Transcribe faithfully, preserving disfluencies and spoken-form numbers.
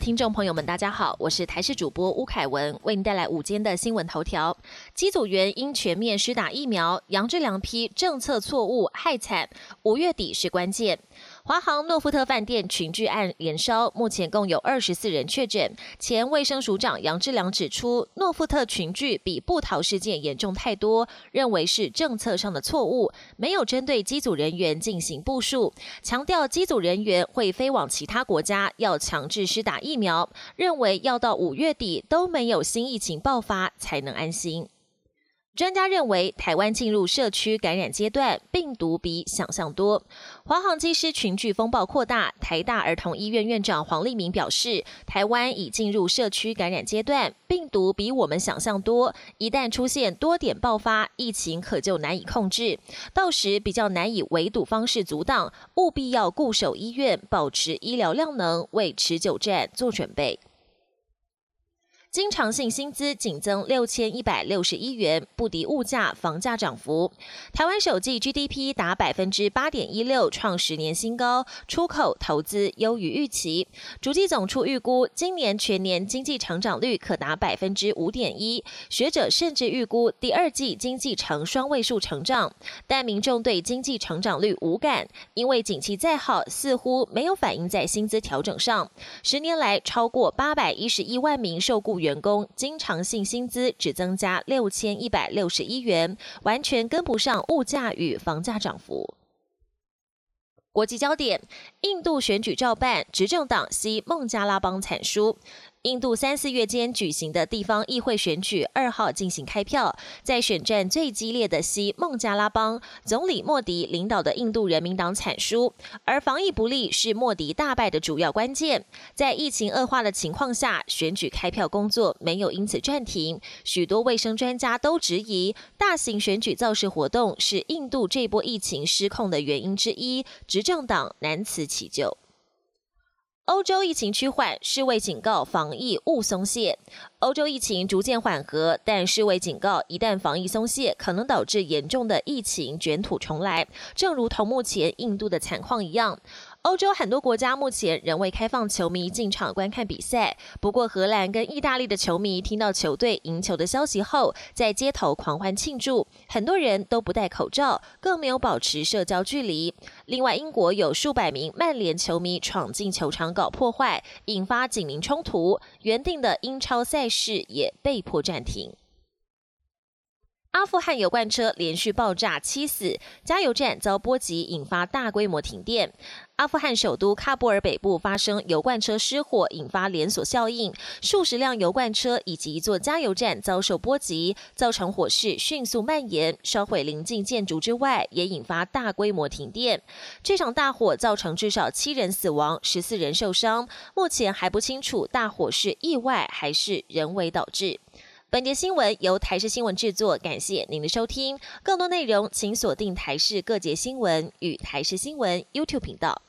听众朋友们，大家好，我是台视主播吴凯文，为您带来午间的新闻头条。机组员应全面施打疫苗，杨志良批政策错误害惨，五月底是关键。华航诺富特饭店群聚案延烧，目前共有二十四人确诊。前卫生署长杨志良指出，诺富特群聚比布桃事件严重太多，认为是政策上的错误，没有针对机组人员进行部署，强调机组人员会飞往其他国家，要强制施打疫苗，认为要到五月底都没有新疫情爆发才能安心。专家认为，台湾进入社区感染阶段，病毒比想象多。华航机师群聚风暴扩大，台大儿童医院院长黄立明表示，台湾已进入社区感染阶段，病毒比我们想象多。一旦出现多点爆发，疫情可就难以控制，到时比较难以围堵方式阻挡，务必要固守医院，保持医疗量能，为持久战做准备。经常性薪资仅增六千一百六十一元，不敌物价、房价涨幅。台湾首季 G D P 达百分之八点一六，创十年新高，出口、投资优于预期。主计总处预估，今年全年经济成长率可达百分之五点一，学者甚至预估第二季经济呈双位数成长。但民众对经济成长率无感，因为景气再好，似乎没有反映在薪资调整上。十年来，超过八百一十一万名受雇员工经常性薪资只增加六千一百六十一元，完全跟不上物价与房价涨幅。国际焦点：印度选举照办，执政党西孟加拉邦惨输。印度三四月间举行的地方议会选举，二号进行开票。在选战最激烈的西孟加拉邦，总理莫迪领导的印度人民党惨输，而防疫不力是莫迪大败的主要关键。在疫情恶化的情况下，选举开票工作没有因此暂停。许多卫生专家都质疑，大型选举造势活动是印度这波疫情失控的原因之一，执政党难辞其咎。欧洲疫情趋缓，世卫警告防疫勿松懈。欧洲疫情逐渐缓和，但世卫警告，一旦防疫松懈，可能导致严重的疫情卷土重来，正如同目前印度的惨况一样。欧洲很多国家目前仍未开放球迷进场观看比赛，不过荷兰跟意大利的球迷听到球队赢球的消息后，在街头狂欢庆祝，很多人都不戴口罩，更没有保持社交距离。另外，英国有数百名曼联球迷闯进球场搞破坏，引发警民冲突，原定的英超赛事也被迫暂停。阿富汗油罐车连续爆炸七死，加油站遭波及，引发大规模停电。阿富汗首都喀布尔北部发生油罐车失火，引发连锁效应，数十辆油罐车以及一座加油站遭受波及，造成火势迅速蔓延，烧毁邻近建筑之外，也引发大规模停电。这场大火造成至少七人死亡，十四人受伤，目前还不清楚大火是意外还是人为导致。本节新闻由台视新闻制作，感谢您的收听。更多内容请锁定台视各节新闻与台视新闻 YouTube 频道。